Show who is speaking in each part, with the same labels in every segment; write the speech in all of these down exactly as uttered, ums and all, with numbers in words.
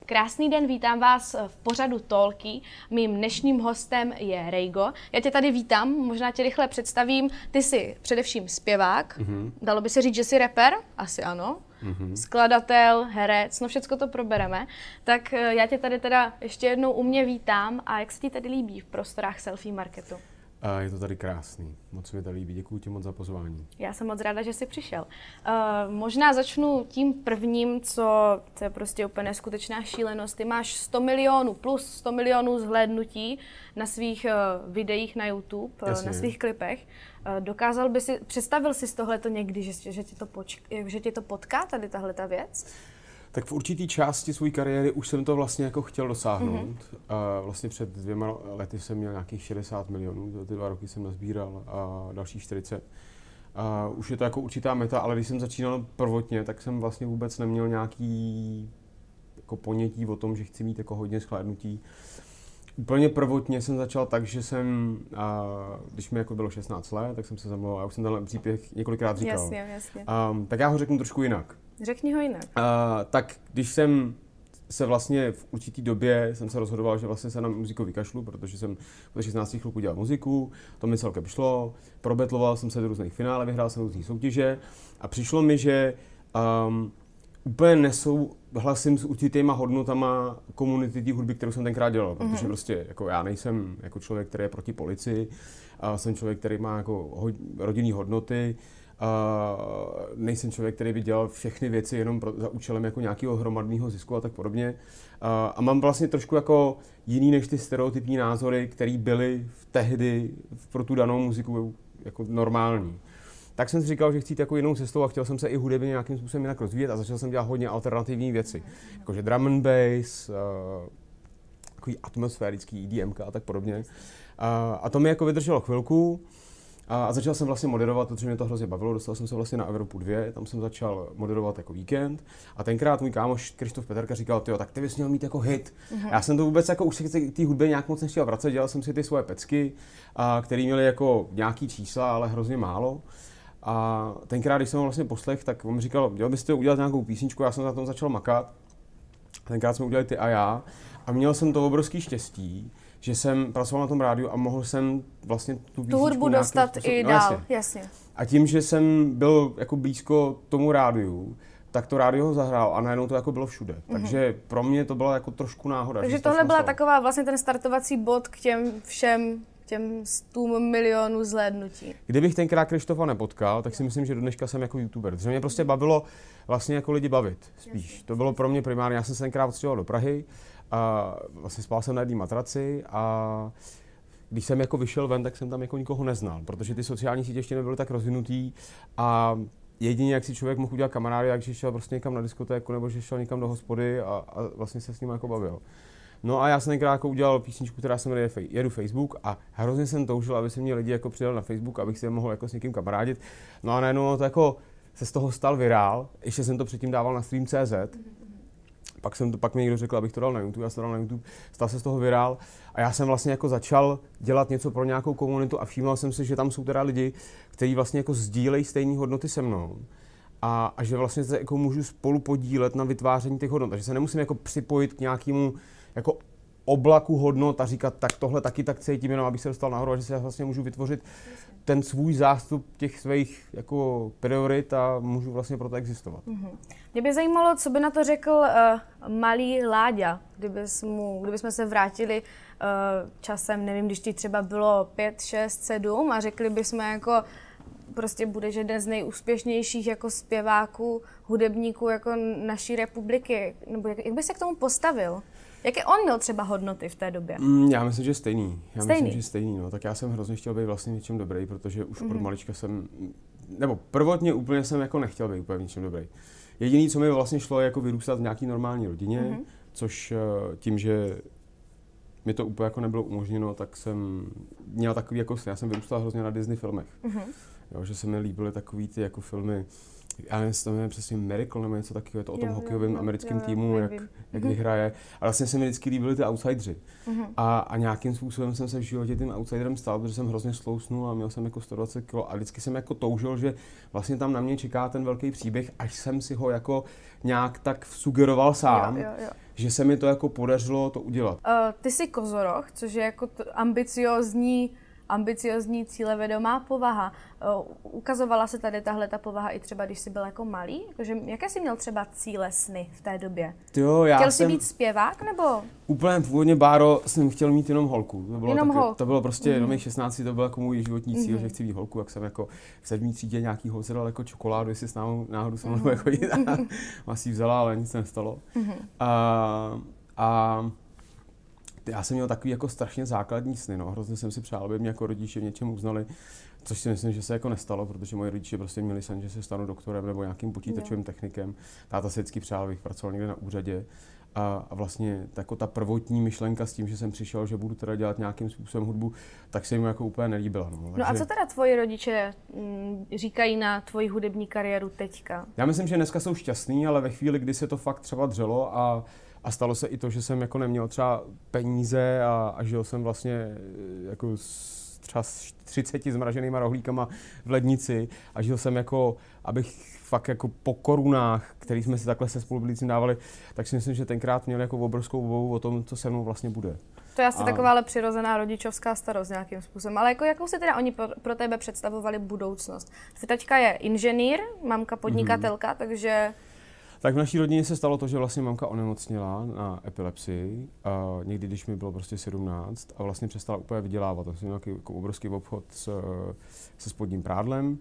Speaker 1: Krásný den, vítám vás v pořadu Talky. Mým dnešním hostem je Rejgo. Já tě tady vítám, možná tě rychle představím. Ty jsi především zpěvák, mm-hmm. dalo by se říct, že jsi rapper? Asi ano. Mm-hmm. Skladatel, herec, no všecko to probereme. Tak já tě tady teda ještě jednou u mě vítám a jak se ti tady líbí v prostorách Selfie Marketu?
Speaker 2: A je to tady krásný, moc se mi tady líbí, děkuji ti moc za pozvání.
Speaker 1: Já jsem moc ráda, že jsi přišel. Uh, možná začnu tím prvním, co to je prostě úplně neskutečná šílenost. Ty máš sto milionů plus sto milionů zhlédnutí na svých uh, videích na YouTube, uh, na svých klipech. Uh, dokázal by si, představil jsi z tohleto někdy, že, že, ti to poč, že ti to potká tady tahle ta věc?
Speaker 2: Tak v určitý části své kariéry už jsem to vlastně jako chtěl dosáhnout. Mm-hmm. A vlastně před dvěma lety jsem měl nějakých šedesát milionů, za ty dva roky jsem nazbíral a další čtyřicet. A už je to jako určitá meta, ale když jsem začínal prvotně, tak jsem vlastně vůbec neměl nějaký jako ponětí o tom, že chci mít jako hodně shlédnutí. Úplně prvotně jsem začal tak, že jsem, a, když mi jako bylo šestnáct let, tak jsem se zamluvil, já už jsem tenhle příběh několikrát říkal.
Speaker 1: Jasně, jasně.
Speaker 2: A, tak já ho řeknu trošku jinak.
Speaker 1: Řekni ho jinak.
Speaker 2: A, tak když jsem se vlastně v určitý době jsem se rozhodoval, že vlastně se na muziku vykašlu, protože jsem od šestnácti chvilku dělal muziku, to mi celkem šlo, probetloval jsem se do různých finále, vyhrál jsem různý soutěže a přišlo mi, že um, úplně nesouhlasím s určitýma hodnotama komunity té hudby, kterou jsem tenkrát dělal, protože mm-hmm. prostě jako já nejsem jako člověk, který je proti policii, a jsem člověk, který má jako ho, rodinný hodnoty. Uh, nejsem člověk, který by dělal všechny věci jenom pro, za účelem jako nějakého hromadného zisku a tak podobně. Uh, a mám vlastně trošku jako jiný než ty stereotypní názory, které byly v tehdy pro tu danou muziku jako normální. Tak jsem si říkal, že chci jít jako jinou cestou a chtěl jsem se i hudebně nějakým způsobem jinak rozvíjet a začal jsem dělat hodně alternativní věci. Jakože drum and bass, uh, takový atmosférický E D M K a tak podobně. Uh, a to mi jako vydrželo chvilku. A začal jsem vlastně moderovat, protože mě to hrozně bavilo, dostal jsem se vlastně na Evropu dva, tam jsem začal moderovat jako víkend a tenkrát můj kámoš Krištof Peterka říkal, tyjo, tak ty bys měl mít jako hit. Uh-huh. Já jsem to vůbec jako už se k té hudbě nějak moc nechtěl vracet, dělal jsem si ty svoje pecky, které měly jako nějaký čísla, ale hrozně málo. A tenkrát, když jsem ho vlastně poslech, tak on mi říkal, dělal byste udělat nějakou písničku, já jsem na tom začal makat. Tenkrát jsme udělali Ty a já a měl jsem to obrovský štěstí, že jsem pracoval na tom rádiu a mohl jsem vlastně tu,
Speaker 1: tu hudbu dostat způsob, i
Speaker 2: no,
Speaker 1: dál,
Speaker 2: jasně.
Speaker 1: jasně.
Speaker 2: A tím, že jsem byl jako blízko tomu rádiu, tak to rádio ho zahrál a najednou to jako bylo všude. Mm-hmm. Takže pro mě to byla jako trošku náhoda.
Speaker 1: Takže tohle byla taková vlastně ten startovací bod k těm všem těm sto milionů zhlédnutí.
Speaker 2: Kdybych tenkrát Krištofa nepotkal, tak si myslím, že do dneška jsem jako youtuber. Protože mě prostě bavilo vlastně jako lidi bavit spíš. Jasně. To bylo pro mě primárně. Já jsem se tenkrát odstěhoval do Prahy a vlastně spal jsem na jedné matraci a když jsem jako vyšel ven, tak jsem tam jako nikoho neznal, protože ty sociální sítě ještě nebyly tak rozvinutý a jedině, jak si člověk mohl udělat kamarády, jak šel prostě někam na diskotéku nebo že šel někam do hospody a, a vlastně se s ním jako bavil. No a já jsem tenkrát jako udělal písničku, která se jmenuje Jedu Facebook a hrozně jsem toužil, aby se mě lidi jako přidali na Facebook, abych si je mohl jako s někým kamarádit. No a najednou to jako se z toho stal virál, ještě jsem to předtím dával na stream tečka cé zet. Pak, jsem to, pak mi někdo řekl, abych to dal na YouTube, já jsem to dal na YouTube, stal se z toho virál a já jsem vlastně jako začal dělat něco pro nějakou komunitu a všímal jsem si, že tam jsou teda lidi, kteří vlastně jako sdílejí stejné hodnoty se mnou a, a že vlastně se jako můžu spolu podílet na vytváření těch hodnot, takže se nemusím jako připojit k nějakému jako oblaku hodnot a říkat, tak tohle taky tak cítím, jenom abych se dostal nahoru a že se vlastně můžu vytvořit ten svůj zástup těch svých jako priorit a můžu vlastně proto existovat.
Speaker 1: Mm-hmm. Mě by zajímalo, co by na to řekl uh, malý Láďa, kdybys mu, kdybychom se vrátili uh, časem, nevím, když ti třeba bylo pět, šest, sedm a řekli bychom jako prostě budeš jeden z nejúspěšnějších jako zpěváků, hudebníků jako naší republiky, nebo jak, jak by se k tomu postavil? Jaké on měl třeba hodnoty v té době?
Speaker 2: Mm, já myslím, že stejný. Já
Speaker 1: stejný.
Speaker 2: myslím, že stejný, no. Tak já jsem hrozně chtěl být vlastně něčem dobrý, protože už mm-hmm. od malička jsem, nebo prvotně úplně jsem jako nechtěl být úplně něčem dobrý. Jediný, co mi vlastně šlo, je jako vyrůstat v nějaký normální rodině, mm-hmm. což tím, že mi to úplně jako nebylo umožněno, tak jsem měl takový jako, já jsem vyrůstal hrozně na Disney filmech. Mm-hmm. Jo, že se mi líbily takový ty jako filmy já nevím, to je přesně Miracle nebo něco takového, je to o tom
Speaker 1: jo,
Speaker 2: hokejovém
Speaker 1: jo,
Speaker 2: americkém
Speaker 1: jo,
Speaker 2: týmu,
Speaker 1: jo,
Speaker 2: jak,
Speaker 1: vím.
Speaker 2: jak vyhraje. A vlastně se mi vždycky líbili ty outsidři.
Speaker 1: Mm-hmm.
Speaker 2: A, a nějakým způsobem jsem se v životě tím outsiderem stal, protože jsem hrozně slousnul a měl jsem jako sto dvacet kilo a vždycky jsem jako toužil, že vlastně tam na mě čeká ten velký příběh, až jsem si ho jako nějak tak sugeroval sám,
Speaker 1: jo, jo, jo.
Speaker 2: že se mi to jako podařilo to udělat.
Speaker 1: Uh, ty jsi kozoroch, což je jako t- ambiciozní ambiciozní cílevědomá povaha. Uh, ukazovala se tady tahle ta povaha i třeba, když jsi byl jako malý? Jakože, jaké jsi měl třeba cíle, sny v té době?
Speaker 2: Jo, já
Speaker 1: chtěl
Speaker 2: jsem...
Speaker 1: jsi být zpěvák, nebo?
Speaker 2: Úplně původně, Báro, jsem chtěl mít jenom holku. To bylo,
Speaker 1: jenom
Speaker 2: taky,
Speaker 1: holku.
Speaker 2: To bylo prostě
Speaker 1: mm.
Speaker 2: do mých šestnácti, to byl jako můj životní cíl, mm. že chci mít holku, jak jsem jako v sedmý třídě nějaký holce dal jako čokoládu, jestli s náhodou, náhodou se mnou jako jít. A si ji vzala, ale nic se nestalo. Mm. A, a já jsem měl takový jako strašně základní sny, no. Hrozně jsem si přál, aby mě jako rodiče v něčem uznali, což si myslím, že se jako nestalo, protože moji rodiče prostě měli sen, že se stanu doktorem nebo nějakým počítačovým no. technikem. Táta se vždycky přál, abych pracoval někde na úřadě. A, a vlastně jako ta prvotní myšlenka s tím, že jsem přišel, že budu teda dělat nějakým způsobem hudbu, tak se jim jako úplně nelíbila. No,
Speaker 1: no a co teda tvoji rodiče m, říkají na tvoji hudební kariéru teďka?
Speaker 2: Já myslím, že dneska jsou šťastní, ale ve chvíli, kdy se to fakt třeba dřelo a A stalo se i to, že jsem jako neměl třeba peníze a, a žil jsem vlastně jako s, třeba s třiceti zmraženýma rohlíkama v lednici a žil jsem jako, abych fakt jako po korunách, který jsme si takhle se spolublícím dávali, tak si myslím, že tenkrát měl jako obrovskou obavu o tom, co se mnou vlastně bude.
Speaker 1: To je asi
Speaker 2: a...
Speaker 1: taková ale přirozená rodičovská starost nějakým způsobem. Ale jako, jakou si teda oni pro, pro tebe představovali budoucnost? Tvůj taťka je inženýr, mamka podnikatelka, mm-hmm. takže...
Speaker 2: Tak v naší rodině se stalo to, že vlastně mamka onemocněla na epilepsii, a někdy, když mi bylo prostě sedmnáct a vlastně přestala úplně vydělávat. To jsem měl jako obrovský obchod s, se spodním prádlem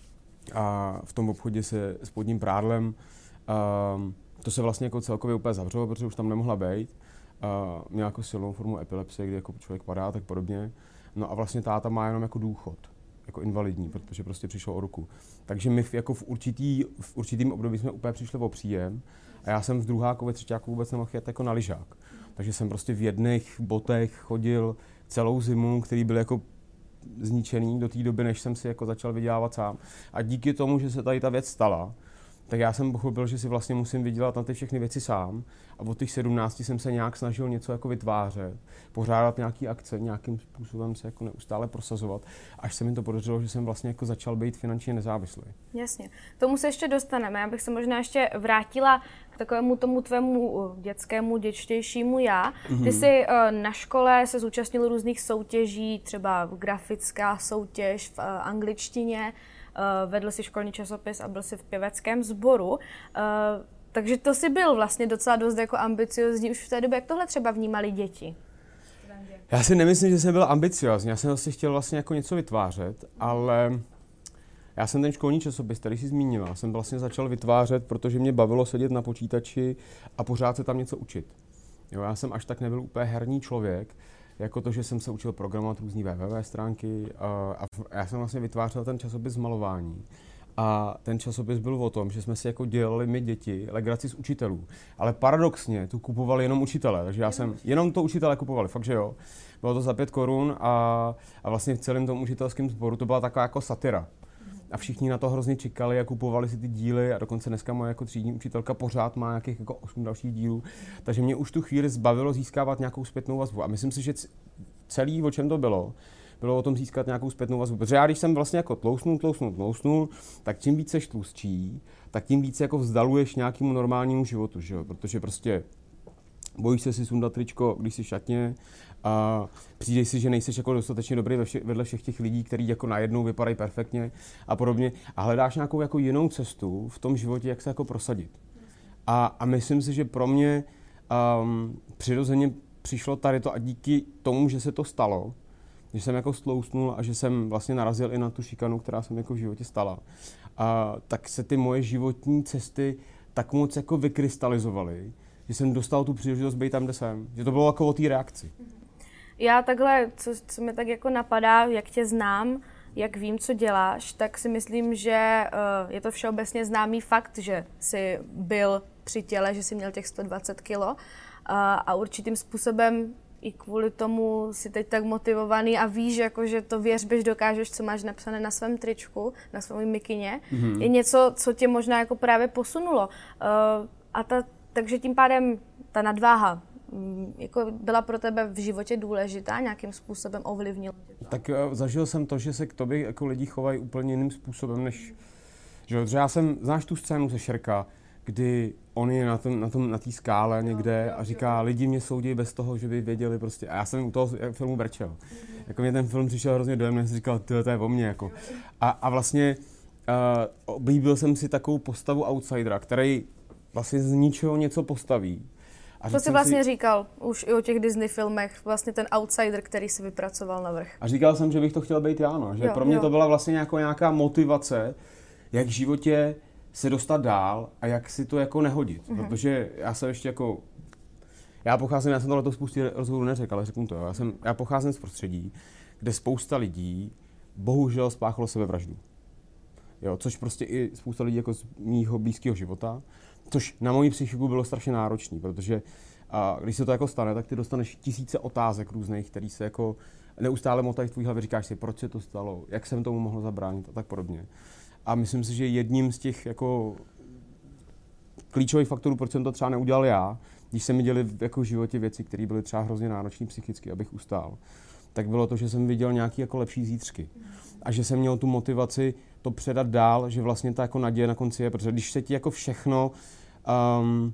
Speaker 2: a v tom obchodě se spodním prádlem um, to se vlastně jako celkově úplně zavřelo, protože už tam nemohla být. Uh, měla jako silnou formu epilepsie, kdy jako člověk padá, tak podobně. No a vlastně táta má jenom jako důchod, jako invalidní, protože prostě přišel o ruku. Takže my v, jako v, určitý, v určitým období jsme úplně přišli o příjem a já jsem v druháku, ve třetíku vůbec nemohl jet jako na lyžák. Takže jsem prostě v jedných botech chodil celou zimu, který byl jako zničený do té doby, než jsem si jako začal vydělávat sám. A díky tomu, že se tady ta věc stala, tak já jsem pochopil, že si vlastně musím vydělat na ty všechny věci sám. A od těch sedmnácti jsem se nějak snažil něco jako vytvářet, pořádat nějaký akce, nějakým způsobem se jako neustále prosazovat, až se mi to podařilo, že jsem vlastně jako začal být finančně nezávislý.
Speaker 1: Jasně. K tomu se ještě dostaneme. Já bych se možná ještě vrátila k takovému tomu tvému dětskému, děčtějšímu já. Mm-hmm. Ty jsi na škole se zúčastnil různých soutěží, třeba grafická soutěž v angličtině, vedl si školní časopis a byl si v pěveckém sboru. Takže to si byl vlastně docela dost jako ambiciozní už v té době. Jak tohle třeba vnímali děti?
Speaker 2: Já si nemyslím, že jsem byl ambiciozní. Já jsem vlastně chtěl vlastně jako něco vytvářet, ale já jsem ten školní časopis, který jsi zmínila, jsem vlastně začal vytvářet, protože mě bavilo sedět na počítači a pořád se tam něco učit. Jo, já jsem až tak nebyl úplně herní člověk, jako to, že jsem se učil programovat různý webové stránky a, a já jsem vlastně vytvářel ten časopis z malování. A ten časopis byl o tom, že jsme si jako dělali my děti legraci z učitelů. Ale paradoxně tu kupovali jenom učitelé, takže já jsem jenom to učitelé kupovali, fakt že jo. Bylo to za pět korun a, a vlastně v celém tom učitelském sboru to byla taková jako satira. A všichni na to hrozně čekali a kupovali si ty díly a dokonce dneska moje jako třídní učitelka pořád má nějakých jako osm dalších dílů. Takže mě už tu chvíli zbavilo získávat nějakou zpětnou vazbu. A myslím si, že celý, o čem to bylo, bylo o tom získat nějakou zpětnou vazbu. Protože já, když jsem vlastně jako tlousnul, tlousnul, tlousnul, tak čím více seš tlustší, tak tím více jako vzdaluješ nějakému normálnímu životu, že jo? Protože prostě bojíš se si sundat tričko, když jsi šatně, a přijdeš si, že nejseš jako dostatečně dobrý vedle všech těch lidí, kteří jako najednou vypadají perfektně a podobně. A hledáš nějakou jako jinou cestu v tom životě, jak se jako prosadit. A, a myslím si, že pro mě um, přirozeně přišlo tady to a díky tomu, že se to stalo, že jsem jako stlousnul a že jsem vlastně narazil i na tu šikanu, která se mi jako v životě stala, a tak se ty moje životní cesty tak moc jako vykrystalizovaly, že jsem dostal tu příležitost být tam, kde jsem. Že to bylo jako o té reakci.
Speaker 1: Já takhle, co, co mi tak jako napadá, jak tě znám, jak vím, co děláš, tak si myslím, že uh, je to všeobecně známý fakt, že jsi byl při těle, že jsi měl těch sto dvacet kilo uh, a určitým způsobem i kvůli tomu jsi teď tak motivovaný a víš, jako, že to věřbeš, dokážeš, co máš napsané na svém tričku, na svém mikině, mm-hmm. je něco, co tě možná jako právě posunulo. Uh, a ta, takže tím pádem ta nadváha um, jako byla pro tebe v životě důležitá, nějakým způsobem ovlivnila?
Speaker 2: Tak uh, zažil jsem to, že se k tobě jako lidi chovají úplně jiným způsobem, než... Že, že já jsem, znáš tu scénu ze Šerka, kdy on je na tom, na tom, na té skále někde a říká, lidi mě soudí bez toho, že by věděli prostě. A já jsem u toho filmu brečel. Mm-hmm. Jako mě ten film přišel hrozně dojemný, jsem říkal, to je o mně. Jako. A, a vlastně uh, oblíbil jsem si takovou postavu outsidera, který vlastně z ničeho něco postaví.
Speaker 1: A to jsi vlastně si... říkal už i o těch Disney filmech, vlastně ten outsider, který si vypracoval na vrch.
Speaker 2: A říkal jsem, že bych to chtěl být já, no. Že jo, pro mě jo. to byla vlastně nějaká, nějaká motivace, jak v životě se dostat dál a jak si to jako nehodit, mm-hmm. protože já se ještě jako, já pocházím, já jsem tohle to spoustě rozhovorů neřekl, ale řeknu to, já, jsem, já pocházím z prostředí, kde spousta lidí bohužel spáchalo sebevraždu, jo, což prostě i spousta lidí jako z mýho blízkého života, což na moji psychiku bylo strašně náročný, protože a když se to jako stane, tak ty dostaneš tisíce otázek různých, který se jako neustále motají v tvý hlavě, říkáš si, proč se to stalo, jak jsem tomu mohl zabránit a tak podobně. A myslím si, že jedním z těch jako klíčových faktorů, proč jsem to třeba neudělal já, když se mi děly jako v životě věci, které byly třeba hrozně náročné psychicky, abych ustál, tak bylo to, že jsem viděl nějaký jako lepší zítřky. A že jsem měl tu motivaci to předat dál, že vlastně ta jako naděje na konci je, protože když se ti jako všechno um,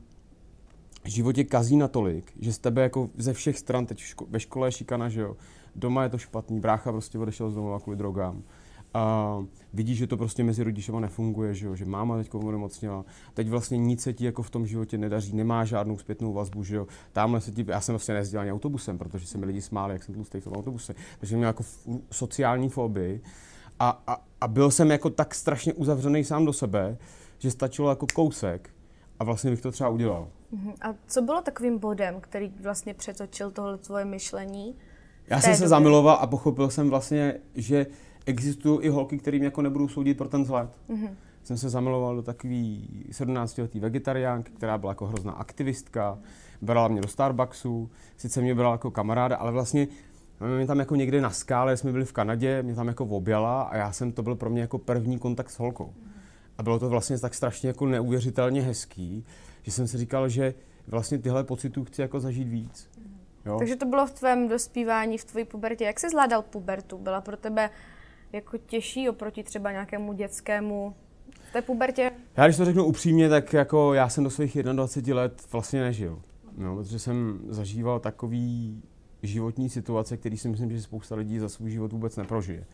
Speaker 2: v životě kazí natolik, že z tebe jako ze všech stran, teď ško- ve škole je šikana, že jo, doma je to špatný, brácha prostě odešel z domova kvůli drogám. A vidíš, že to prostě mezi rodičema nefunguje, že, jo? Že máma teď onemocněla. Teď vlastně nic se ti jako v tom životě nedaří, nemá žádnou zpětnou vazbu, že jo. Tamhle se ti, já jsem vlastně nejezdil ani autobusem, protože se mi lidi smáli, jak jsem tlustý v tom autobuse. Takže měl jako sociální fobii a, a, a byl jsem jako tak strašně uzavřený sám do sebe, že stačilo jako kousek a vlastně bych to třeba udělal.
Speaker 1: A co bylo takovým bodem, který vlastně přetočil tohle tvoje myšlení?
Speaker 2: Já jsem se zamiloval a pochopil jsem vlastně, že existují i holky, kterým jako nebudou soudit pro ten vzhled. Mm-hmm. Jsem se zamiloval do takový sedmnáctiletý vegetariánky, která byla jako hrozná aktivistka, brala mě do Starbucksu, sice mě brala jako kamaráda, ale vlastně mě tam jako někde na skále, jsme byli v Kanadě, mě tam jako objala a já jsem, to byl pro mě jako první kontakt s holkou. A bylo to vlastně tak strašně jako neuvěřitelně hezký, že jsem si říkal, že vlastně tyhle pocitů chci jako zažít víc. Jo?
Speaker 1: Takže to bylo v tvém dospívání, v tvojí pubertě. Jak jsi zvládal pubertu? Byla pro tebe jako těžší oproti třeba nějakému dětskému v té pubertě?
Speaker 2: Já když to řeknu upřímně, tak jako já jsem do svých dvaceti jedna let vlastně nežil. No, protože jsem zažíval takový životní situace, který si myslím, že spousta lidí za svůj život vůbec neprožije.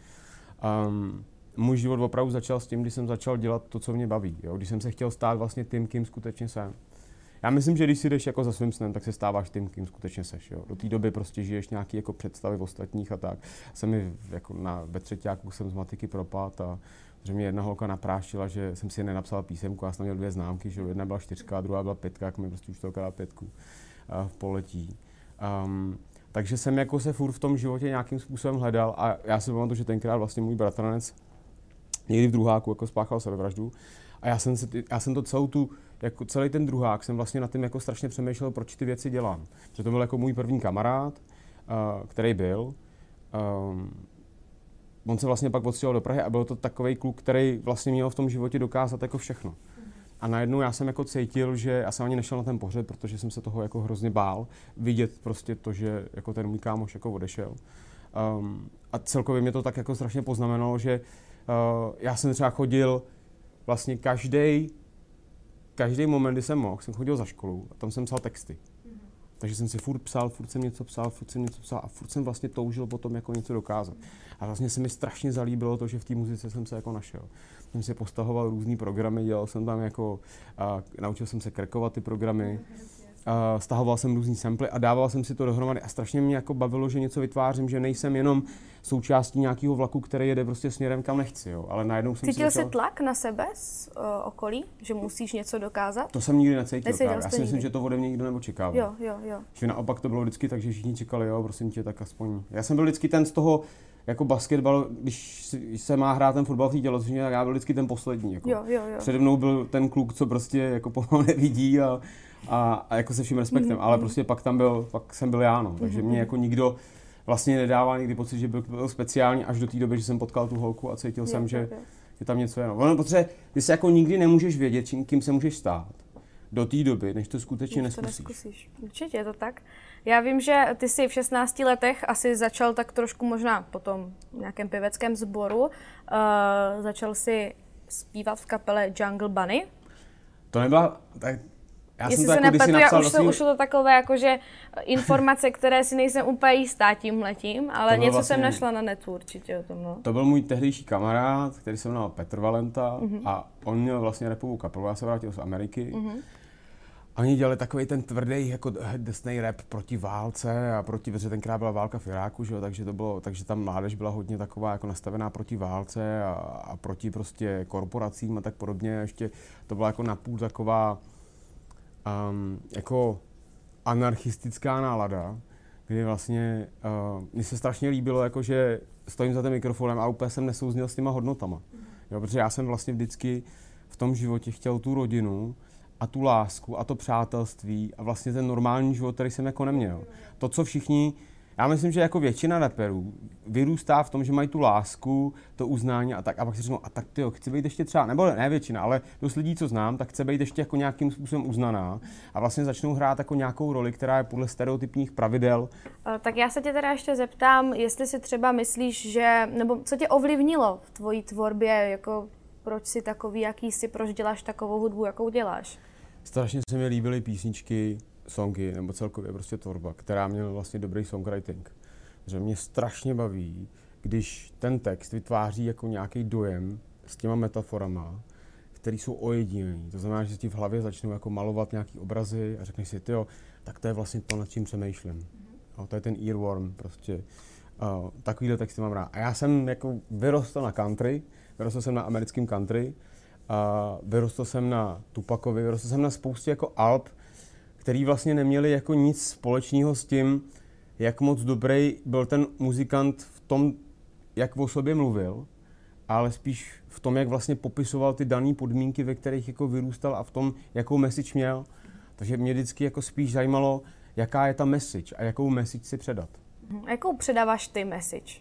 Speaker 2: Um, můj život opravdu začal s tím, když jsem začal dělat to, co mě baví. Jo? Když jsem se chtěl stát vlastně tím, kým skutečně jsem. Já myslím, že když si jdeš jako za svým snem, tak se stáváš tím, kým skutečně seš. Jo? Do té doby prostě žiješ nějaký jako představy v ostatních a tak. Jsem mi jako na, ve třetíku jsem z matiky propad a že mě jedna holka naprášila, že jsem si nenapsal písemku, já jsem měl dvě známky, že jedna byla čtyřka a druhá byla pětka, jak mi prostě učitelka dala pětku a v poletí. Um, takže jsem jako se furt v tom životě nějakým způsobem hledal a já si pamatuju, že tenkrát vlastně můj bratranec někdy v druháku jako spáchal sebevraždu. A já jsem, se, já jsem to celou tu, jako celý ten druhák jsem vlastně nad tím jako strašně přemýšlel, proč ty věci dělám. Že to byl jako můj první kamarád, uh, který byl. Um, on se vlastně pak odstěhoval do Prahy a byl to takovej kluk, který vlastně měl v tom životě dokázat jako všechno. A najednou já jsem jako cítil, že já jsem ani nešel na ten pohřeb, protože jsem se toho jako hrozně bál. Vidět prostě to, že jako ten můj kámoš jako odešel. Um, a celkově mě to tak jako strašně poznamenalo, že uh, já jsem třeba chodil vlastně každý každý moment, kdy jsem mohl, jsem chodil za školu a tam jsem psal texty. Mm-hmm. Takže jsem si furt psal, furt jsem něco psal, furt jsem něco psal a furt jsem vlastně toužil potom jako něco dokázat. A vlastně se mi strašně zalíbilo to, že v té muzice jsem se jako našel. Jsem si postahoval různý programy, dělal jsem tam jako, a naučil jsem se krekovat ty programy, a stahoval jsem různý samply a dával jsem si to dohromady a strašně mě jako bavilo, že něco vytvářím, že nejsem jenom součástí nějakého vlaku, který jede prostě směrem, kam nechci, jo. Ale najednou jsem
Speaker 1: Cítil
Speaker 2: začal...
Speaker 1: jsi tlak na sebe z uh, okolí, že musíš něco dokázat?
Speaker 2: To jsem nikdy necítil,
Speaker 1: Necítil
Speaker 2: já si myslím, nikdy. Že to ode mě nikdo neočekával.
Speaker 1: Jo, jo, jo.
Speaker 2: Že naopak to bylo vždycky tak, že všichni čekali, jo, prosím tě, tak aspoň. Já jsem byl vždycky ten z toho, jako basketbal, když se má hrát ten fotbal v té tělocvičně, tak já byl vždycky ten poslední. Jako.
Speaker 1: Jo, jo, jo.
Speaker 2: Přede mnou byl ten kluk, co prostě jako pomalu nevidí a, a, a jako se vším respektem, mm-hmm. ale prostě pak tam byl, pak jsem byl já, no. Takže mm-hmm. mě jako nikdo vlastně nedával nikdy pocit, že byl, byl speciální až do té doby, že jsem potkal tu holku a cítil je, jsem, že, je. že tam něco je. No. Ono, protože ty se jako nikdy nemůžeš vědět, čím, kým se můžeš stát do té doby, než to skutečně než neskusíš. To neskusíš.
Speaker 1: Určitě je to tak. Já vím, že ty jsi v šestnácti letech asi začal tak trošku možná potom v nějakém pěveckém sboru. Uh, začal si zpívat v kapele Jungle Bunny.
Speaker 2: To nebyla... Tak, já
Speaker 1: Jestli
Speaker 2: jsem to
Speaker 1: se
Speaker 2: jako
Speaker 1: nepletu, já už,
Speaker 2: svým...
Speaker 1: už to takové jakože informace, které si nejsem úplně jistá tímhletím, ale něco vlastně, jsem našla na netu určitě o tom. No.
Speaker 2: To byl můj tehdejší kamarád, který se jmenoval Petr Valenta mm-hmm. a on měl vlastně rapovou kapelu, já se vrátil z Ameriky. Mm-hmm. A oni dělali takový ten tvrdý jako drsnej rap proti válce a proti, protože tenkrát byla válka v Iráku, že jo, takže to bylo, takže tam mládež byla hodně taková jako nastavená proti válce a, a proti prostě korporacím a tak podobně. Ještě to byla jako napůl taková um, jako anarchistická nálada, kdy vlastně uh, mně se strašně líbilo, jako že stojím za tím mikrofonem a úplně jsem nesouzněl s těma hodnotama. Jo, protože já jsem vlastně vždycky v tom životě chtěl tu rodinu a tu lásku a to přátelství a vlastně ten normální život, který jsem jako neměl. To, co všichni, já myslím, že jako většina raperů vyrůstá v tom, že mají tu lásku, to uznání a tak. A pak si řeknou, a tak tyjo, chci být ještě třeba, nebo ne většina, ale dost lidí, co znám, tak chce být ještě jako nějakým způsobem uznaná a vlastně začnou hrát jako nějakou roli, která je podle stereotypních pravidel.
Speaker 1: Tak já se tě teda ještě zeptám, jestli si třeba myslíš, že, nebo co tě ovlivnilo v tvojí tvorbě, jako proč jsi takový, jaký jsi, proč děláš takovou hudbu, jakou děláš?
Speaker 2: Strašně se mi líbily písničky, songy, nebo celkově prostě tvorba, která měla vlastně dobrý songwriting. Že mě strašně baví, když ten text vytváří jako nějaký dojem s těma metaforama, které jsou ojedinělý. To znamená, že ti v hlavě začnou jako malovat nějaký obrazy a řekneš si, tyjo, tak to je vlastně to, nad čím přemýšlím. No, to je ten earworm prostě. Uh, takovýhle texty mám rád. A já jsem jako vyrostl na country, vyrostl jsem na americkém country, a vyrostl jsem na Tupacovi, vyrostl jsem na spoustě jako alb, který vlastně neměli jako nic společného s tím, jak moc dobrý byl ten muzikant v tom, jak o sobě mluvil, ale spíš v tom, jak vlastně popisoval ty dané podmínky, ve kterých jako vyrůstal a v tom, jakou message měl. Takže mě vždycky jako spíš zajímalo, jaká je ta message a jakou message si předat.
Speaker 1: A jakou předáváš ty message?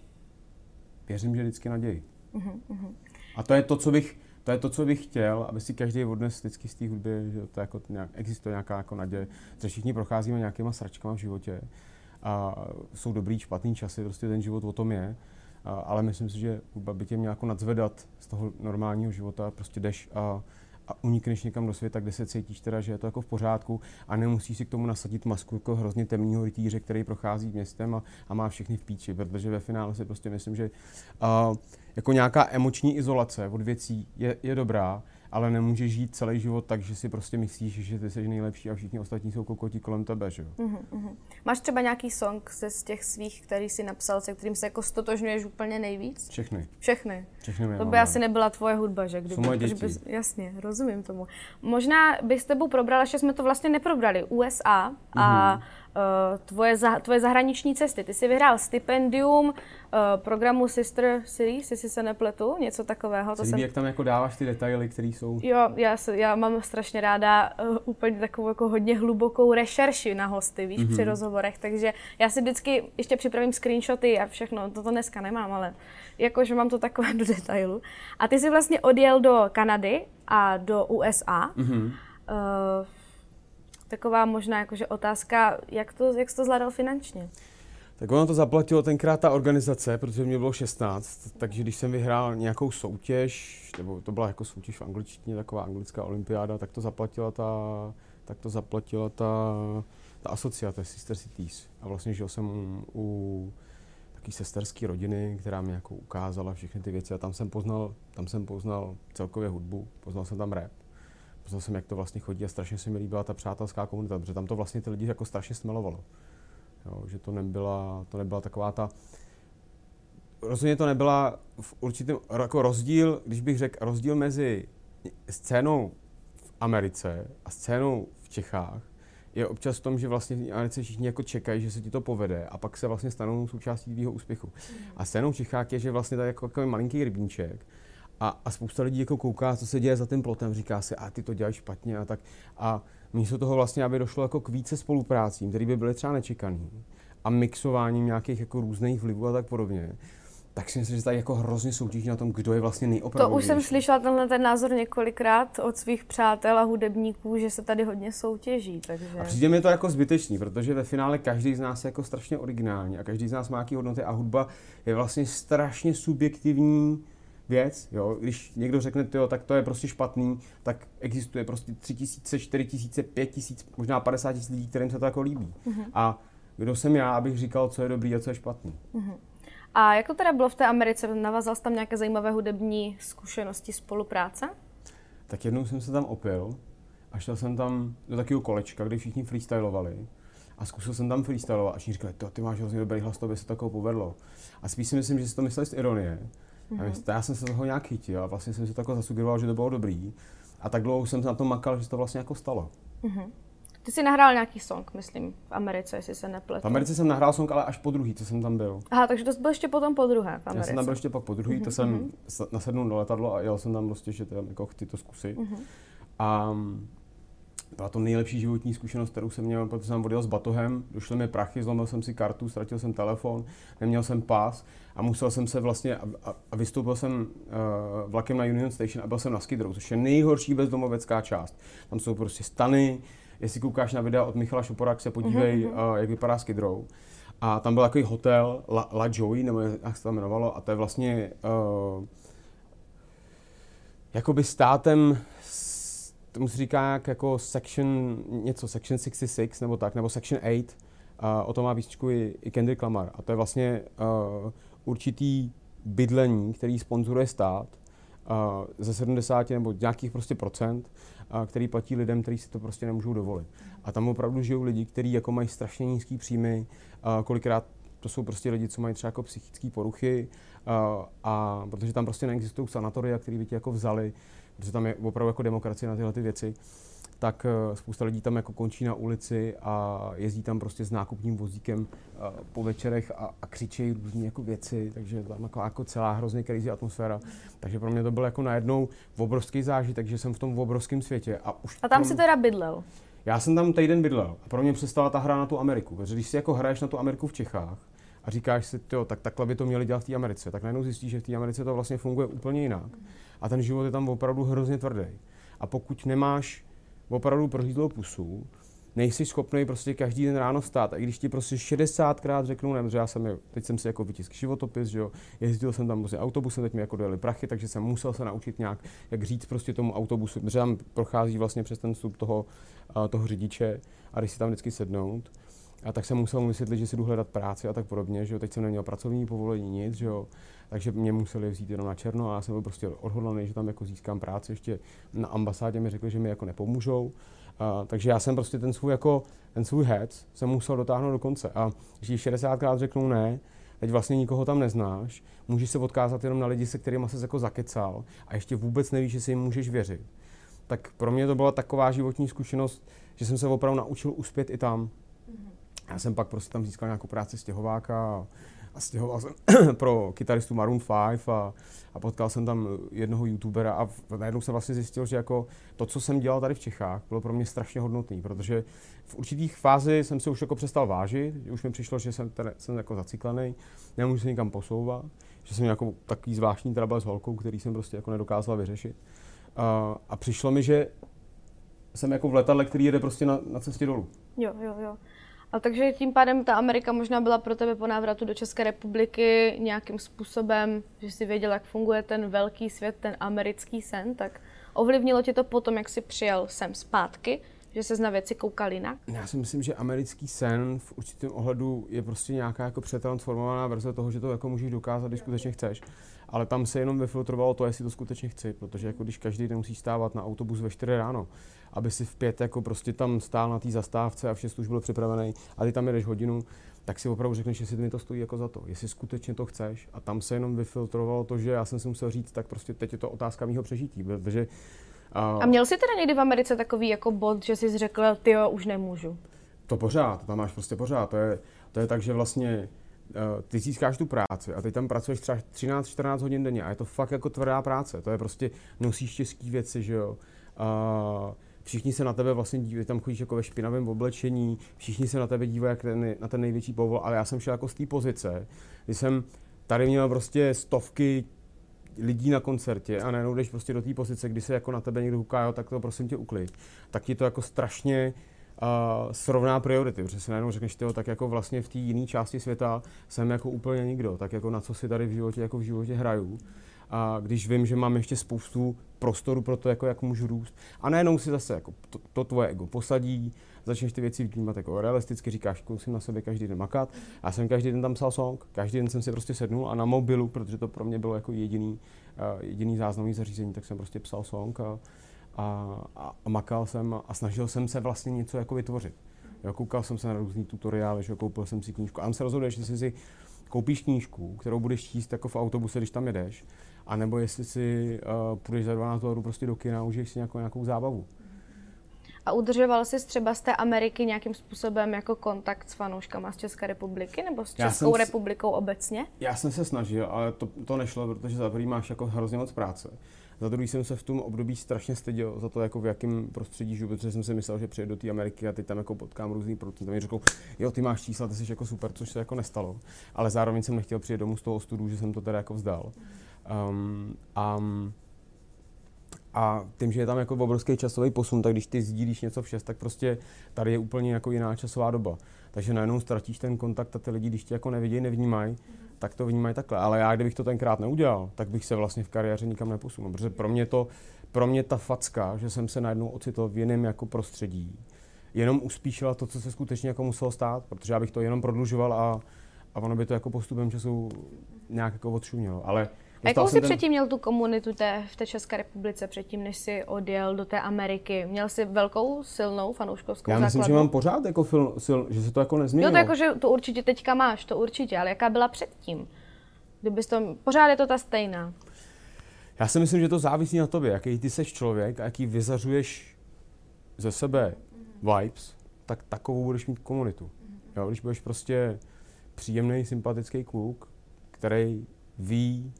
Speaker 2: Věřím, že vždycky naději. Uh-huh. A to je to, co bych, to je to, co bych chtěl, aby si každý odnes vždycky z té hudby, že to jako nějak, existuje nějaká jako naděje. Protože všichni procházíme nějakýma sračkama v životě a jsou dobrý, špatný časy, prostě ten život o tom je. A, ale myslím si, že hudba by tě měla jako nadzvedat z toho normálního života, prostě jdeš a, a unikneš někam do světa, kde se cítíš teda, že je to jako v pořádku a nemusíš si k tomu nasadit masku jako hrozně temného rytíře, který prochází městem a, a má všechny v píči, protože ve finále si prostě myslím, že uh, jako nějaká emoční izolace od věcí je, je dobrá, ale nemůžeš žít celý život tak, že si prostě myslíš, že ty jsi nejlepší a všichni ostatní jsou kokoti kolem tebe, že jo? Uh-huh,
Speaker 1: uh-huh. Máš třeba nějaký song ze z těch svých, který jsi napsal, se kterým se jako stotožňuješ úplně nejvíc?
Speaker 2: Všechny.
Speaker 1: Všechny.
Speaker 2: Všechny
Speaker 1: to by asi nebyla tvoje hudba, že?
Speaker 2: Kdyby, jsou moje děti.
Speaker 1: Bys, jasně, rozumím tomu. Možná bych s tebou probral, ještě jsme to vlastně neprobrali, U S A a uh-huh. Uh, tvoje, za, tvoje zahraniční cesty. Ty jsi vyhrál stipendium uh, programu Sister Series, jestli se nepletu, něco takového.
Speaker 2: To jsem... jak tam jako dáváš ty detaily, které jsou...
Speaker 1: Jo, já, se, já mám strašně ráda uh, úplně takovou jako hodně hlubokou rešerši na hosty, víš, mm-hmm. při rozhovorech, takže já si vždycky ještě připravím screenshoty a všechno, toto dneska nemám, ale jakože mám to takové do detailu. A ty jsi vlastně odjel do Kanady a do U S A. Mm-hmm. Uh, Taková možná jakože otázka, jak to, jak jsi to zvládal finančně?
Speaker 2: Tak ono to zaplatilo tenkrát ta organizace, protože mě bylo šestnáct, takže když jsem vyhrál nějakou soutěž, nebo to byla jako soutěž v angličtině, taková anglická olympiáda, tak to zaplatila ta, tak to zaplatila ta, ta asociace Sister Cities. A vlastně žil jsem u, u takové sesterské rodiny, která mě jako ukázala všechny ty věci a tam jsem poznal, tam jsem poznal celkově hudbu, poznal jsem tam rap. Poznal jsem, jak to vlastně chodí a strašně se mi líbila ta přátelská komunita, protože tam to vlastně ty lidi jako strašně smelovalo. Jo, že to nebyla, to nebyla taková ta... Rozhodně to nebyla v určitém jako rozdíl, když bych řekl rozdíl mezi scénou v Americe a scénou v Čechách, je občas v tom, že vlastně v Americe všichni jako čekají, že se ti to povede a pak se vlastně stanou součástí tvýho úspěchu. A scénou v Čechách je, že vlastně to je jako takový malinký rybníček A, a spousta lidí jako kouká, co se děje za tím plotem, říká si, a ty to děláš špatně a tak. A místo toho vlastně, aby došlo jako k více spoluprácím, které by byly třeba nečekaný a mixováním nějakých jako různých vlivů a tak podobně, tak si myslím, že tady jako hrozně soutěží na tom, kdo je vlastně nejopravdovější.
Speaker 1: To už jsem slyšela tenhle ten názor několikrát od svých přátel a hudebníků, že se tady hodně soutěží. Takže...
Speaker 2: A přijde mi to jako zbytečný, protože ve finále každý z nás je jako strašně originální a každý z nás má nějaké hodnoty a hudba je vlastně strašně subjektivní věc. Jo? Když někdo řekne, tyjo, tak to je prostě špatný, tak existuje prostě tři tisíce, čtyři tisíce, pět tisíc, možná padesát tisíc lidí, kterým se to jako líbí. Uh-huh. A kdo jsem já, abych říkal, co je dobrý a co je špatný.
Speaker 1: Uh-huh. A jak to teda bylo v té Americe? Navázal jsi tam nějaké zajímavé hudební zkušenosti, spolupráce?
Speaker 2: Tak jednou jsem se tam opil a šel jsem tam do takového kolečka, kde všichni freestylovali. A zkusil jsem tam freestylovat a všichni říkali, ty máš hrozně dobrý hlas, to by se takovou povedlo. A spíš si myslím, že si to mysleli z ironie. Mm-hmm. A já jsem se toho nějak chytil a vlastně jsem si to jako zasugeroval, že to bylo dobrý. A tak dlouho jsem na tom makal, že se to vlastně jako stalo.
Speaker 1: Mm-hmm. Ty jsi nahrál nějaký song, myslím, v Americe, jestli se nepletu.
Speaker 2: V Americe jsem nahrál song, ale až po druhý, co jsem tam byl.
Speaker 1: Aha, takže to byl ještě potom po druhé v Americe.
Speaker 2: Já jsem tam byl ještě pak po druhý, mm-hmm. to jsem nasednul do letadla a jel jsem tam prostě, že tam jako chci to zkusit. Mm-hmm. A byla to nejlepší životní zkušenost, kterou jsem měl, protože jsem odjel s batohem, došly mi prachy, zlomil jsem si kartu, ztratil jsem telefon, neměl jsem pás a musel jsem se vlastně, a, a, a vystoupil jsem uh, vlakem na Union Station a byl jsem na Skid Row, což je nejhorší bezdomovecká část. Tam jsou prostě stany, jestli koukáš na videa od Michala Šopora, se podívej, uh-huh. uh, jak vypadá Skid Row. A tam byl takový hotel La, La Joy, nebo jak se to jmenovalo, a to je vlastně uh, jakoby státem, tomu se říká jak jako section, něco, section šedesát šest nebo tak, nebo section osm, uh, o tom má písničku i, i Kendrick Lamar. A to je vlastně uh, určitý bydlení, který sponzoruje stát uh, ze sedmdesát nebo nějakých prostě procent, uh, který platí lidem, kteří si to prostě nemůžou dovolit. A tam opravdu žijou lidi, kteří jako mají strašně nízký příjmy, uh, kolikrát to jsou prostě lidi, co mají třeba jako psychické poruchy, uh, a protože tam prostě neexistují sanatoria, které by ti jako vzali, protože tam je opravdu jako demokracie na tyhle ty věci, tak uh, spousta lidí tam jako končí na ulici a jezdí tam prostě s nákupním vozíkem uh, po večerech a, a křičejí různé jako věci, takže tam jako, jako celá hrozně crazy atmosféra. Takže pro mě to bylo jako najednou obrovský zážitek, že jsem v tom obrovském světě. A, už
Speaker 1: a tam
Speaker 2: tom...
Speaker 1: si teda bydlel?
Speaker 2: Já jsem tam týden bydlel a pro mě přestala ta hra na tu Ameriku, protože když si jako hraješ na tu Ameriku v Čechách a říkáš si, jo, tak takhle by to měli dělat v té Americe, tak najednou zjistíš, že v té Americe to vlastně funguje úplně jinak. A ten život je tam opravdu hrozně tvrdý. A pokud nemáš opravdu prořídlou pusu, nejsi schopný prostě každý den ráno vstát. A i když ti prostě šedesátkrát řeknou, ne, že já jsem, teď jsem si jako vytiskl životopis, že jo, jezdil jsem tam prostě autobusem, teď mi jako dojeli prachy, takže jsem musel se naučit nějak, jak říct prostě tomu autobusu, protože tam prochází vlastně přes ten vstup toho, toho řidiče a když si tam vždycky sednout. A tak jsem musel mu vysvětlit, že si jdu hledat práci a tak podobně, že jo, teď jsem neměl pracovní povolení, nic, že jo, takže mě museli vzít jenom na černo a já jsem byl prostě odhodlaný, že tam jako získám práci, ještě na ambasádě mi řekli, že mi jako nepomůžou, uh, takže já jsem prostě ten svůj jako, ten svůj hec jsem musel dotáhnout do konce a když šedesátkrát řeknou ne, teď vlastně nikoho tam neznáš, můžeš se odkázat jenom na lidi, se kterými ses jako zakecal a ještě vůbec nevíš, že si jim můžeš věřit. Tak pro mě to byla taková životní zkušenost, že jsem se opravdu naučil uspět i tam. Já jsem pak prostě tam získal nějakou práci stěhováka a, a stěhoval jsem pro kytaristu Maroon pět a, a potkal jsem tam jednoho youtubera a najednou jsem vlastně zjistil, že jako to, co jsem dělal tady v Čechách, bylo pro mě strašně hodnotný, protože v určitých fázi jsem se už jako přestal vážit, že už mi přišlo, že jsem, tady, jsem jako zaciklený, nemůžu se nikam posouvat, že jsem jako takový zvláštní trouble s holkou, který jsem prostě jako nedokázal vyřešit. A, a přišlo mi, že jsem jako v letadle, který jede prostě na, na cestě dolů.
Speaker 1: Jo, jo, jo. A takže tím pádem ta Amerika možná byla pro tebe po návratu do České republiky nějakým způsobem, že jsi věděl, jak funguje ten velký svět, ten americký sen, tak ovlivnilo tě to potom, jak jsi přijel sem zpátky, že ses na věci koukal jinak?
Speaker 2: Já si myslím, že americký sen v určitém ohledu je prostě nějaká jako přetransformovaná verze toho, že to jako můžeš dokázat, když skutečně chceš. Ale tam se jenom vyfiltrovalo to, jestli to skutečně chci, protože jako když každý den musíš stávat na autobus ve čtyři ráno, aby si v pět jako prostě tam stál na té zastávce a v šest už byl připravený a ty tam jedeš hodinu, tak si opravdu řekneš, jestli mi to stojí jako za to, jestli skutečně to chceš. A tam se jenom vyfiltrovalo to, že já jsem si musel říct, tak prostě teď je to otázka mýho přežití, protože
Speaker 1: A měl jsi teda někdy v Americe takový jako bod, že jsi řekl, tyjo, už nemůžu?
Speaker 2: To pořád, tam máš prostě pořád. To je, to je tak, že vlastně ty získáš tu práci a teď tam pracuješ třeba třináct čtrnáct hodin denně a je to fakt jako tvrdá práce. To je prostě, nosíš český věci, že jo. Uh, všichni se na tebe vlastně dívají, tam chodíš jako ve špinavém oblečení, všichni se na tebe dívají jak ten, na ten největší povol, ale já jsem šel jako z té pozice, kdy jsem tady měl prostě stovky lidí na koncertě a najednou jdeš prostě do té pozice, kdy se jako na tebe někdo huká, jo, tak to prosím tě uklid. Tak ti to jako strašně uh, srovná priority, protože si najednou řekneš, tyjo, tak jako vlastně v té jiné části světa jsem jako úplně nikdo, tak jako na co si tady v životě, jako v životě hraju. A když vím, že mám ještě spoustu prostoru pro to, jako jak můžu růst. A najednou si zase jako to, to tvoje ego posadí, začneš ty věci vnímat jako realisticky, říkáš, musím na sebe každý den makat. Já jsem každý den tam psal song, každý den jsem si prostě sednul a na mobilu, protože to pro mě bylo jako jediný, uh, jediný záznamový zařízení, tak jsem prostě psal song a, a, a makal jsem a snažil jsem se vlastně něco jako vytvořit. Jo, koukal jsem se na různý tutoriály, že koupil jsem si knížku a tam se rozhoduješ, jestli si koupíš knížku, kterou budeš číst jako v autobuse, když tam jedeš, a nebo jestli si uh, půjdeš za dvanáct dolarů prostě do kina a užiješ si nějakou, nějakou zábavu.
Speaker 1: A udržoval jsi třeba z té Ameriky nějakým způsobem jako kontakt s fanouškama z České republiky nebo s Českou
Speaker 2: jsem,
Speaker 1: republikou obecně?
Speaker 2: Já jsem se snažil, ale to, to nešlo, protože za prvý máš jako hrozně moc práce. Za druhý jsem se v tom období strašně styděl za to, jako v jakém prostředí žiju, protože jsem si myslel, že přijedu do té Ameriky a teď tam jako potkám různý producenty. Mi řekl, jo, ty máš čísla, ty jsi jako super, což se jako nestalo. Ale zároveň jsem nechtěl přijet domů z toho ostudu, že jsem to teda jako vzdal. Um, um, a tím, že je tam jako obrovský časový posun, tak když ty sdílíš něco v šest, tak prostě tady je úplně jako jiná časová doba. Takže najednou ztratíš ten kontakt a ty lidi, když tě jako nevidějí, nevnímají, tak to vnímají takhle. Ale já, kdybych to tenkrát neudělal, tak bych se vlastně v kariéře nikam neposunul. Protože pro mě, to, pro mě ta facka, že jsem se najednou ocitl v jiném jako prostředí, jenom uspíšila to, co se skutečně jako muselo stát, protože já bych to jenom prodlužoval a, a ono by to jako postupem času nějak jako odšumělo. Ale
Speaker 1: a jakou jsi ten... předtím měl tu komunitu té, v té České republice, předtím, než jsi odjel do té Ameriky? Měl jsi velkou, silnou fanouškovskou základnu?
Speaker 2: Já myslím, základnu? Že mám pořád jako fil, sil, že se to jako nezměnilo.
Speaker 1: Jo, to jako, že to určitě teďka máš, to určitě, ale jaká byla předtím? Kdybys to, pořád je to ta stejná.
Speaker 2: Já si myslím, že to závisí na tobě, jaký ty seš člověk a jaký vyzařuješ ze sebe vibes, tak takovou budeš mít komunitu. Jo, když budeš prostě příjemný, sympatický kluk, který ví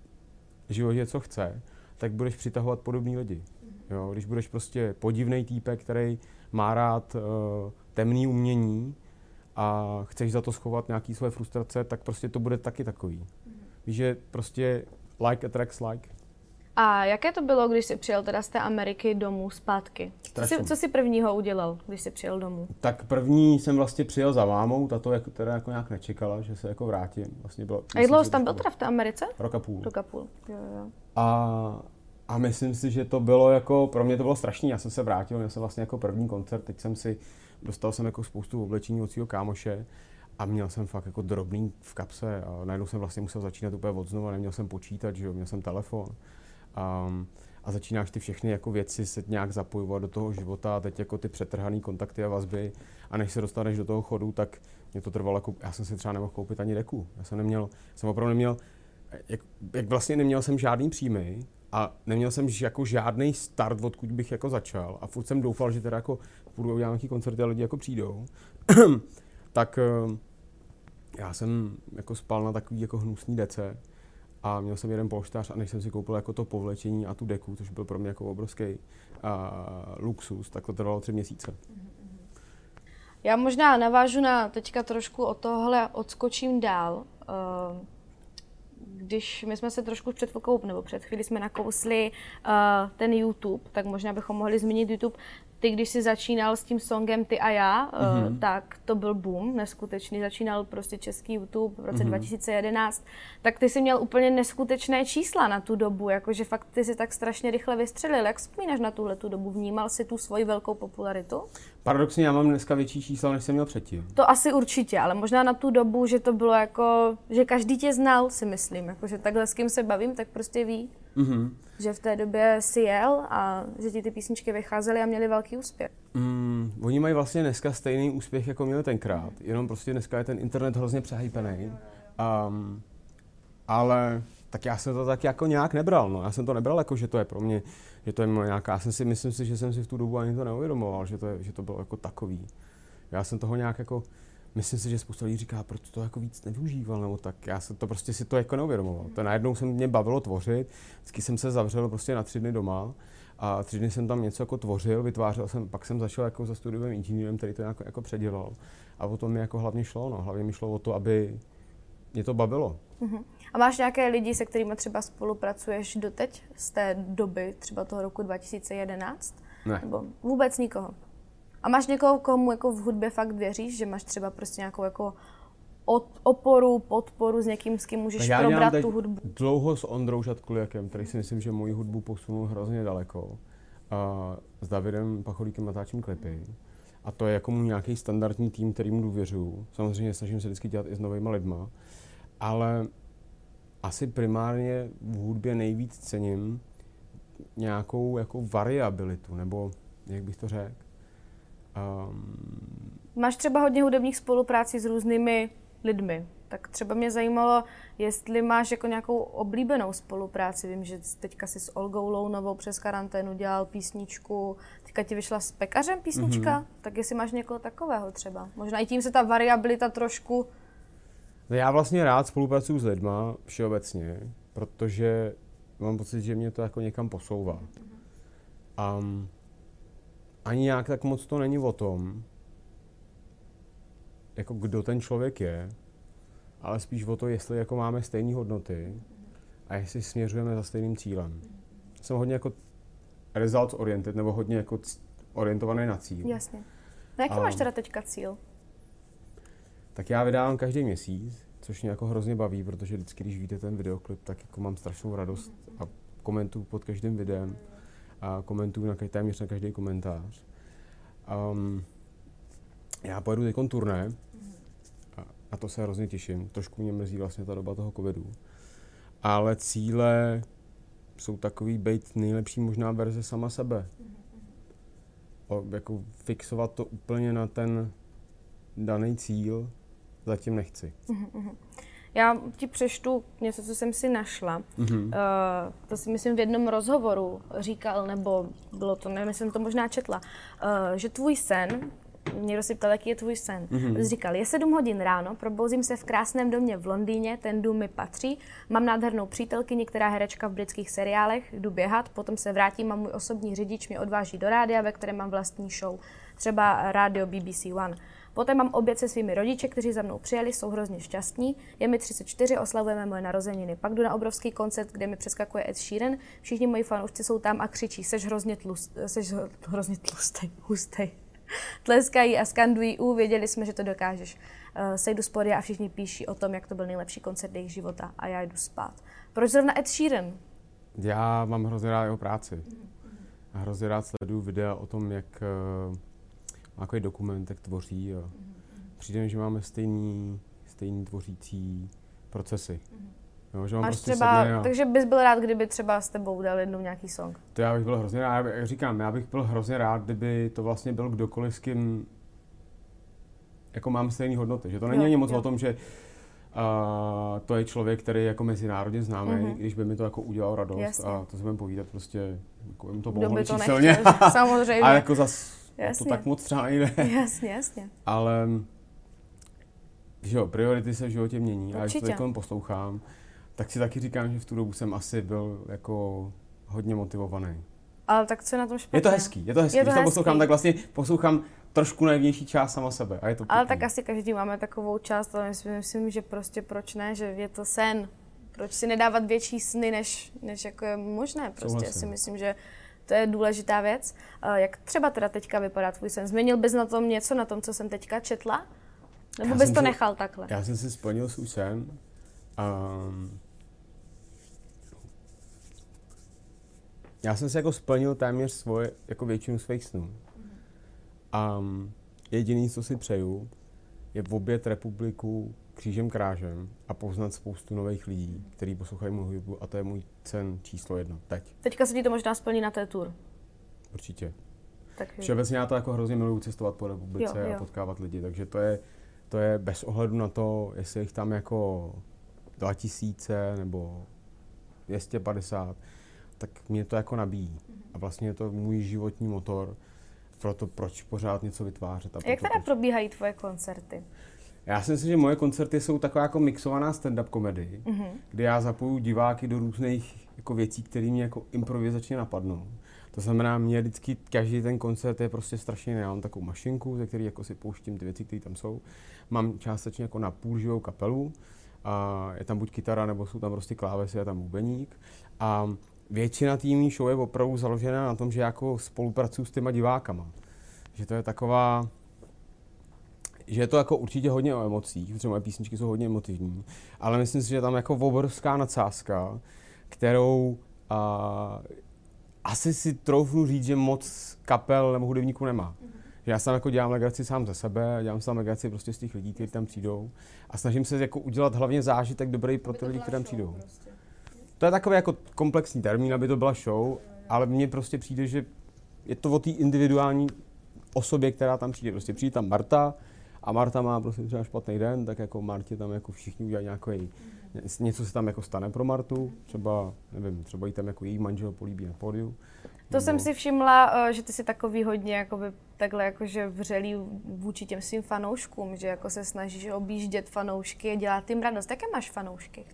Speaker 2: v životě, co chce, tak budeš přitahovat podobný lidi. Jo, když budeš prostě podivný týpek, který má rád uh, temný umění a chceš za to schovat nějaký své frustrace, tak prostě to bude taky takový. Víš, že prostě like attracts like.
Speaker 1: A jaké to bylo, když jsi přijel teda z té Ameriky domů zpátky? Co jsi, co jsi prvního udělal, když jsi přijel domů?
Speaker 2: Tak první jsem vlastně přijel za mámou, ta to jako, teda jako nějak nečekala, že se jako vrátím. Vlastně bylo,
Speaker 1: a jak dlouho jsi tam byl teda v té Americe?
Speaker 2: Rok a půl.
Speaker 1: Rok a půl, jo, jo.
Speaker 2: A, a myslím si, že to bylo jako, pro mě to bylo strašný, já jsem se vrátil, měl jsem vlastně jako první koncert, teď jsem si, dostal jsem jako spoustu oblečení od svého kámoše a měl jsem fakt jako drobný v kapse a najednou jsem vlastně musel začínat úplně od znova, neměl jsem počítač, že jo, měl jsem telefon. Um, a začínáš ty všechny jako věci se nějak zapojovat do toho života a teď jako ty přetrhaný kontakty a vazby a než se dostaneš do toho chodu, tak mě to trvalo jako, já jsem si třeba nemohl koupit ani deku. Já jsem neměl, jsem opravdu neměl, jak, jak vlastně neměl jsem žádný příjmy a neměl jsem jako žádný start, odkud bych jako začal a furt jsem doufal, že teda jako půjdu udělat nějaký koncerty a lidi jako přijdou, tak já jsem jako spal na takový jako hnusný dece. A měl jsem jeden polštář a než jsem si koupil jako to povlečení a tu deku, což byl pro mě jako obrovský uh, luxus, tak to trvalo tři měsíce.
Speaker 1: Já možná navážu na teďka trošku od tohle, odskočím dál. Uh, když my jsme se trošku před chvilkou, nebo před chvíli jsme nakousli uh, ten YouTube, tak možná bychom mohli zmínit YouTube. Ty, když jsi začínal s tím songem Ty a já, mm-hmm. uh, tak to byl boom neskutečný. Začínal prostě český YouTube v roce mm-hmm. dva tisíce jedenáct. Tak ty jsi měl úplně neskutečné čísla na tu dobu, jakože fakt ty jsi tak strašně rychle vystřelil. Jak vzpomínáš na tuhle tu dobu? Vnímal jsi tu svoji velkou popularitu?
Speaker 2: Paradoxně já mám dneska větší čísla, než jsem měl předtím.
Speaker 1: To asi určitě, ale možná na tu dobu, že to bylo jako, že každý tě znal, si myslím. Jakože takhle s kým se bavím, tak prostě ví. Mm-hmm. Že v té době si jel a že ti ty písničky vycházely a měly velký úspěch.
Speaker 2: Mm, oni mají vlastně dneska stejný úspěch, jako měli tenkrát, jenom prostě dneska je ten internet hrozně přehypený. Um, ale tak já jsem to tak jako nějak nebral, no. Já jsem to nebral jako, že to je pro mě, že to je nějaká, já jsem si, myslím si, že jsem si v tu dobu ani to neuvědomoval, že to, je, že to bylo jako takový. Já jsem toho nějak jako, myslím si, že spousta lidí říká, proč to jako víc nevyužíval, nebo tak. Já se to prostě si to jako neuvědomoval. To najednou se mě bavilo tvořit, vždycky jsem se zavřel prostě na tři dny doma a tři dny jsem tam něco jako tvořil, vytvářel jsem, pak jsem začal jako za studiovým inženýrem, který to jako, jako předělal. A o tom mi jako hlavně šlo, no. Hlavně mi šlo o to, aby mě to bavilo.
Speaker 1: Uh-huh. A máš nějaké lidi, se kterými třeba spolupracuješ doteď z té doby, třeba toho roku dva tisíce jedenáct?
Speaker 2: Ne.
Speaker 1: Nebo vůbec nikoho? A máš někoho, komu jako v hudbě fakt věříš, že máš třeba prostě nějakou jako oporu, podporu s někým, s kým můžeš
Speaker 2: já
Speaker 1: probrat tu hudbu?
Speaker 2: Dlouho s Ondrou Žadkuliakem, který si myslím, že moji hudbu posunul hrozně daleko. A s Davidem Pacholíkem natáčím klipy. A to je jako můj nějaký standardní tým, kterýmu důvěřuju. Samozřejmě snažím se vždycky dělat i s novýma lidma. Ale asi primárně v hudbě nejvíc cením nějakou jako variabilitu, nebo jak bych to řekl. Um...
Speaker 1: Máš třeba hodně hudebních spoluprácí s různými lidmi. Tak třeba mě zajímalo, jestli máš jako nějakou oblíbenou spolupráci. Vím, že teďka si s Olgou Lounovou přes karanténu dělal písničku, teďka ti vyšla s Pekařem písnička, mm-hmm. tak jestli máš někoho takového třeba. Možná i tím se ta variabilita trošku...
Speaker 2: No já vlastně rád spolupracuju s lidma všeobecně, protože mám pocit, že mě to jako někam posouvá. Um, ani nějak tak moc to není o tom, jako kdo ten člověk je, ale spíš o to, jestli jako máme stejné hodnoty a jestli směřujeme za stejným cílem. Jsem hodně jako results oriented, nebo hodně jako c- orientovaný na cíl.
Speaker 1: Jasně. No jaký um, máš teda teďka cíl?
Speaker 2: Tak já vydávám každý měsíc, což mě jako hrozně baví, protože vždycky, když vidíte ten videoklip, tak jako mám strašnou radost a komentuju pod každým videem a komentuju na, téměř na každý komentář. Um, já pojedu teď turné a, a to se hrozně těším. Trošku mě mrzí vlastně ta doba toho covidu. Ale cíle jsou takový být nejlepší možná verze sama sebe. O, jako fixovat to úplně na ten daný cíl zatím nechci.
Speaker 1: Uh-huh. Já ti přečtu něco, co jsem si našla. Uh-huh. Uh, to si myslím v jednom rozhovoru říkal, nebo bylo to, nevím, jsem to možná četla, uh, že tvůj sen, někdo si ptal, jaký je tvůj sen. Uh-huh. Říkal, je sedm hodin ráno, probouzím se v krásném domě v Londýně, ten dům mi patří, mám nádhernou přítelkyni, která je herečka v britských seriálech, jdu běhat, potom se vrátím a můj osobní řidič mě odváží do rádia, ve kterém mám vlastní show, třeba rádio B B C One. Poté mám oběd se svými rodiči, kteří za mnou přijeli, jsou hrozně šťastní. Je mi třicet čtyři, oslavujeme moje narozeniny. Pak jdu na obrovský koncert, kde mi přeskakuje Ed Sheeran. Všichni moji fanoušci jsou tam a křičí, seš hrozně tlust, seš hrozně tlustej, hustej. Tleskají a skandují, u, věděli jsme, že to dokážeš. Uh, sejdu z pódia a všichni píší o tom, jak to byl nejlepší koncert jejich života a já jdu spát. Proč zrovna Ed Sheeran?
Speaker 2: Já mám hrozně rád jeho práci. A hrozně rád sleduju videa o tom, jak uh, má takový dokument, jak tvoří. A přijde mi, že máme stejný, stejný tvořící procesy. Jo, že mám
Speaker 1: Máš
Speaker 2: prostě
Speaker 1: třeba,
Speaker 2: a...
Speaker 1: takže bys byl rád, kdyby třeba s tebou dal jednou nějaký song?
Speaker 2: To já bych byl hrozně rád, jak říkám, já bych byl hrozně rád, kdyby to vlastně byl kdokoliv, s kým jako mám stejné hodnoty. Že to není ani moc jo. o tom, že uh, to je člověk, který je jako mezinárodně známý, mm-hmm. když by mi to jako udělal radost. Jasně. A to se budeme povídat prostě, jako jim to bohu číselně.
Speaker 1: Samozřejmě.
Speaker 2: A jako zas
Speaker 1: jasně.
Speaker 2: to tak moc třeba nejde.
Speaker 1: Jasně, jasně.
Speaker 2: Ale že jo, priority se v životě mění. Určitě. A když to teď poslouchám, tak si taky říkám, že v tu dobu jsem asi byl jako hodně motivovaný.
Speaker 1: Ale tak co je na tom špatně?
Speaker 2: Je to hezký, je to hezký.
Speaker 1: Je to
Speaker 2: když to
Speaker 1: hezký.
Speaker 2: poslouchám, tak vlastně poslouchám trošku nejvnější část sama sebe. A je to
Speaker 1: ale tak asi každý máme takovou část, ale myslím, myslím, že prostě proč ne, že je to sen. Proč si nedávat větší sny, než, než jako je možné. Prostě Souhlasím. Si myslím, že to je důležitá věc. Jak třeba teda teďka vypadá tvůj sen? Změnil bys na tom něco, na tom, co jsem teďka četla? Nebo já bys to si, nechal takhle?
Speaker 2: Já jsem si splnil svůj sen. Um, já jsem si jako splnil téměř svoje, jako většinu svých snů. Um, jediný, co si přeju, je objet republiku křížem krážem a poznat spoustu nových lidí, kteří poslouchají můj hudbu, a to je můj sen číslo jedno. Teď.
Speaker 1: Teďka se ti to možná splní na té tour.
Speaker 2: Určitě.
Speaker 1: Tak
Speaker 2: všeobecně já to jako hrozně miluju cestovat po republice jo, jo. a potkávat lidi, takže to je, to je bez ohledu na to, jestli jich tam jako dva tisíce nebo dvě stě padesát, tak mě to jako nabíjí. A vlastně je to můj životní motor pro to, proč pořád něco vytvářet. A
Speaker 1: jak teda
Speaker 2: proč...
Speaker 1: probíhají tvoje koncerty?
Speaker 2: Já si myslím, že moje koncerty jsou taková jako mixovaná stand-up komedie, mm-hmm. kde já zapoju diváky do různých jako věcí, které mě jako improvizačně napadnou. To znamená, mě vždycky každý ten koncert je prostě strašně, já mám takovou mašinku, ze které jako si pouštím ty věci, které tam jsou. Mám částečně jako na půl živou kapelu, a je tam buď kytara, nebo jsou tam prostě klávesy a tam bubeník. A většina týmní show je opravdu založená na tom, že jako spolupracuju s těma divákama. Že to je taková, že je to jako určitě hodně o emocích, protože moje písničky jsou hodně emotivní, ale myslím si, že je tam jako obrovská nadsázka, kterou a, asi si troufnu říct, že moc kapel nebo hudebníků nemá. Mm-hmm. Že já sám jako dělám legraci sám ze sebe, dělám sám legraci prostě z těch lidí, kteří tam přijdou a snažím se jako udělat hlavně zážitek dobrý pro ty lidi, kteří tam přijdou. Prostě. To je takový jako komplexní termín, aby to byla show, ale mně prostě přijde, že je to o té individuální osobě, která tam přijde. Prostě přijde tam Marta a Marta má prostě třeba špatný den, tak jako Martě tam jako všichni udělají nějaký, něco se tam jako stane pro Martu, třeba, nevím, třeba jí tam jako její manžel políbí na pódiu.
Speaker 1: To nebo... jsem si všimla, že ty jsi takový hodně jakoby, takhle jakože vřelý vůči těm svým fanouškům, že jako se snažíš objíždět fanoušky a dělat jim radost. Jaké máš fanoušky?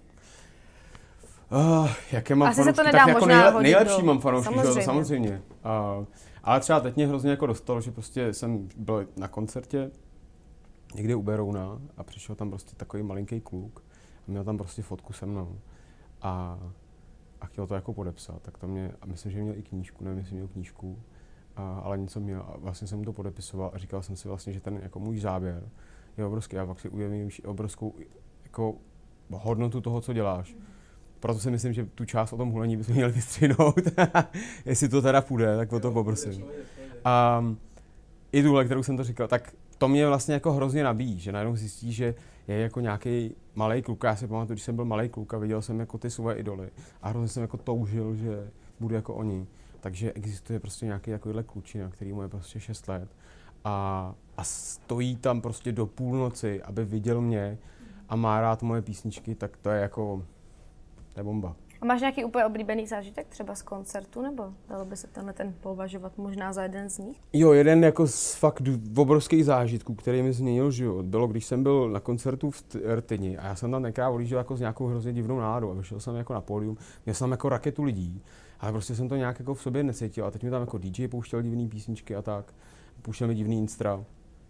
Speaker 2: Uh, jaké mám
Speaker 1: Asi
Speaker 2: fanoušky?
Speaker 1: se to nedá
Speaker 2: tak jako
Speaker 1: možná
Speaker 2: nejle- nejlepší do... mám fanoušky, samozřejmě. samozřejmě. Uh, ale třeba teď mě hrozně jako dostalo, že prostě jsem byl na koncertě někde u Berouna a přišel tam prostě takový malinký kluk a měl tam prostě fotku se mnou a, a chtěl to jako podepsat, tak to mě, a myslím, že měl i knížku, nevím, jestli měl knížku, a, ale něco měl a vlastně jsem mu to podepisoval a říkal jsem si vlastně, že ten jako můj záběr je obrovský, já pak si uvědomím obrovskou jako hodnotu toho, co děláš. Proto si myslím, že tu část o tom hulení bychom měli vystřihnout. Jestli to teda půjde, tak o to poprosím. A i tuhle, kterou jsem to říkal, tak to mě vlastně jako hrozně nabíjí, že najednou zjistí, že je jako nějaký malej kluk. Já si pamatuju, když jsem byl malej kluk a viděl jsem jako ty svoje idoly a hrozně jsem jako toužil, že budu jako oni. Takže existuje prostě nějaký takovýhle klučina, který mu je prostě šest let a, a stojí tam prostě do půlnoci, aby viděl mě a má rád moje písničky, tak to je jako, to je bomba.
Speaker 1: A máš nějaký úplně oblíbený zážitek třeba z koncertu, nebo dalo by se tenhle ten považovat možná za jeden z nich?
Speaker 2: Jo, jeden jako z fakt obrovských zážitků, který mi změnil život, bylo, když jsem byl na koncertu v Rtyni a já jsem tam tenkrát odjížděl jako s nějakou hrozně divnou náladou a vyšel jsem jako na pódium, měl jsem jako raketu lidí, ale prostě jsem to nějak jako v sobě necítil a teď mi tam jako D J pouštěl divný písničky a tak, pouštěl mi divný instra.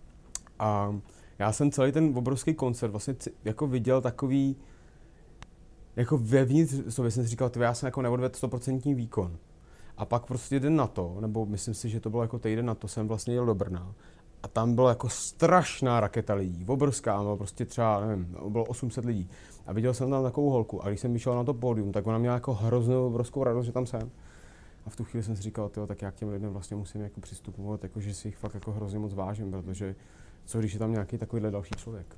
Speaker 2: A já jsem celý ten obrovský koncert vlastně jako viděl takový, jako vevnitř sobě jsem si říkal, já jsem jako neodvedl sto procent výkon. A pak prostě den na to, nebo myslím si, že to bylo jako týden na to, jsem vlastně jel do Brna. A tam byla jako strašná raketa lidí, obrovská, bylo prostě třeba, nevím, bylo osm set lidí. A viděl jsem tam takovou holku a když jsem vyšel na to pódium, tak ona měla jako hroznou obrovskou radost, že tam jsem. A v tu chvíli jsem si říkal, tyjo, tak já k těm lidem vlastně musím jako přistupovat, jako, že si jich fakt jako hrozně moc vážím, protože co když je tam nějaký takovýhle další člověk.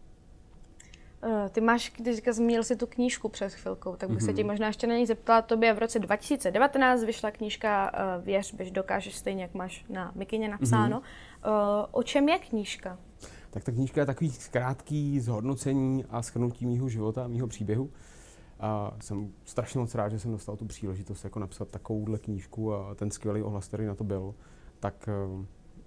Speaker 1: Ty máš, když zmínil si tu knížku před chvilkou, tak bych mm-hmm. se tě možná ještě na ní zeptala. Tobě v roce dva tisíce devatenáct vyšla knížka uh, Věř, bež dokážeš, stejně jak máš na mikině napsáno. Mm-hmm. Uh, o čem je knížka?
Speaker 2: Tak ta knížka je takový krátký zhodnocení a shrnutí mýho života, mýho příběhu. A jsem strašně moc rád, že jsem dostal tu příležitost jako napsat takovouhle knížku a ten skvělý ohlas, který na to byl. Tak uh,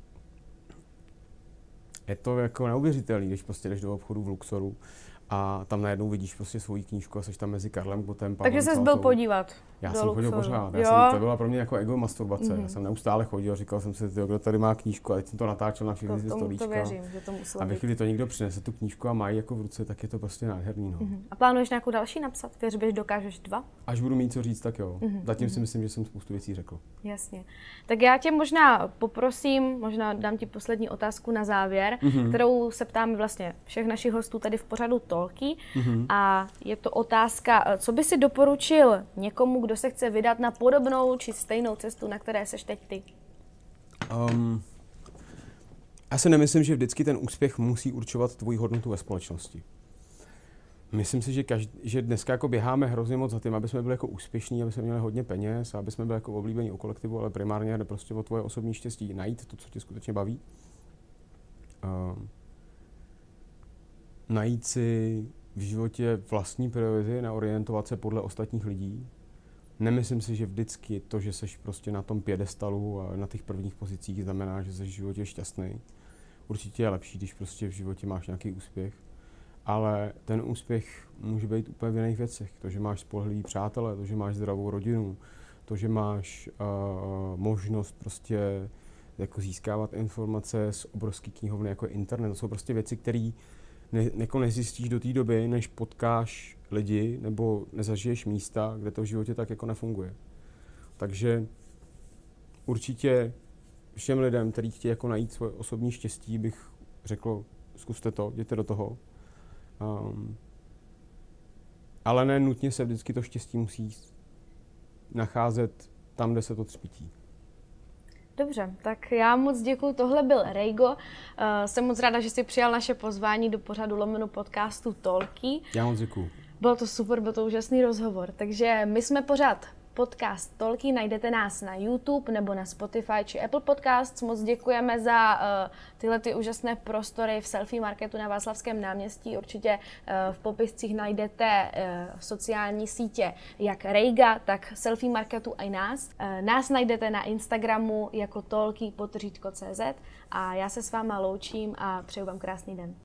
Speaker 2: je to jako neuvěřitelný, když prostě jdeš do obchodu v Luxoru a tam najednou vidíš prostě svoji knížku a jsi tam mezi Karlem Gottem, Pavlem.
Speaker 1: Takže jsi byl podívat.
Speaker 2: Já jsem chodil pořád. Já jsem, to byla pro mě jako ego masturbace. Mm-hmm. Já jsem neustále chodil, říkal jsem si, kdo tady má knížku, a teď jsem to natáčel na všechny ty stolíčka.
Speaker 1: To věřím, že to muselo
Speaker 2: a ve chvíli to někdo přinese tu knížku a má ji jako v ruce, tak je to prostě nádherný. No.
Speaker 1: Mm-hmm. A plánuješ nějakou další napsat? Věř, běž, dokážeš dva?
Speaker 2: Až budu mít co říct, tak jo.
Speaker 1: Mm-hmm.
Speaker 2: Zatím si myslím, že jsem spoustu věcí řekl.
Speaker 1: Jasně. Tak já tě možná poprosím, možná dám ti poslední otázku na závěr, mm-hmm. kterou se ptáme vlastně všech našich hostů tady v pořadu Talky. Mm-hmm. A je to otázka, co by si doporučil někomu, kdo se chce vydat na podobnou či stejnou cestu, na které seš teď ty?
Speaker 2: Um, já si nemyslím, že vždycky ten úspěch musí určovat tvoji hodnotu ve společnosti. Myslím si, že, každý, že dneska jako běháme hrozně moc za tím, aby jsme byli jako úspěšní, aby jsme měli hodně peněz, aby jsme byli jako oblíbení u kolektivu, ale primárně jde prostě o tvoje osobní štěstí, najít to, co tě skutečně baví. Um, najít si v životě vlastní priority, naorientovat se podle ostatních lidí. Nemyslím si, že vždycky to, že seš prostě na tom piedestalu a na těch prvních pozicích, znamená, že seš v životě šťastný. určitě je lepší, když prostě v životě máš nějaký úspěch, ale ten úspěch může být úplně v jiných věcech. To, že máš spolehlivý přátele, to, že máš zdravou rodinu, to, že máš uh, možnost prostě jako získávat informace z obrovský knihovny jako je internet. To jsou prostě věci, které ne, jako nezjistíš do té doby, než potkáš lidi nebo nezažiješ místa, kde to v životě tak jako nefunguje. Takže určitě všem lidem, kteří chtějí jako najít svoje osobní štěstí, bych řekl, zkuste to, jděte do toho. Um, ale ne nutně se vždycky to štěstí musí nacházet tam, kde se to třpytí.
Speaker 1: Dobře, tak já moc děkuju. Tohle byl Rejgo. Uh, jsem moc ráda, že jsi přijal naše pozvání do pořadu lomeno podcastu Talky.
Speaker 2: Já moc děkuju.
Speaker 1: Bylo to super, byl to úžasný rozhovor. Takže my jsme pořád podcast Talky, najdete nás na YouTube nebo na Spotify či Apple Podcasts. Moc děkujeme za uh, tyhle ty úžasné prostory v Selfie Marketu na Václavském náměstí. Určitě uh, v popiscích najdete uh, sociální sítě jak Rejga, tak Selfie Marketu a i nás. Uh, nás najdete na Instagramu jako Talky podtržítko C Z a já se s váma loučím a přeju vám krásný den.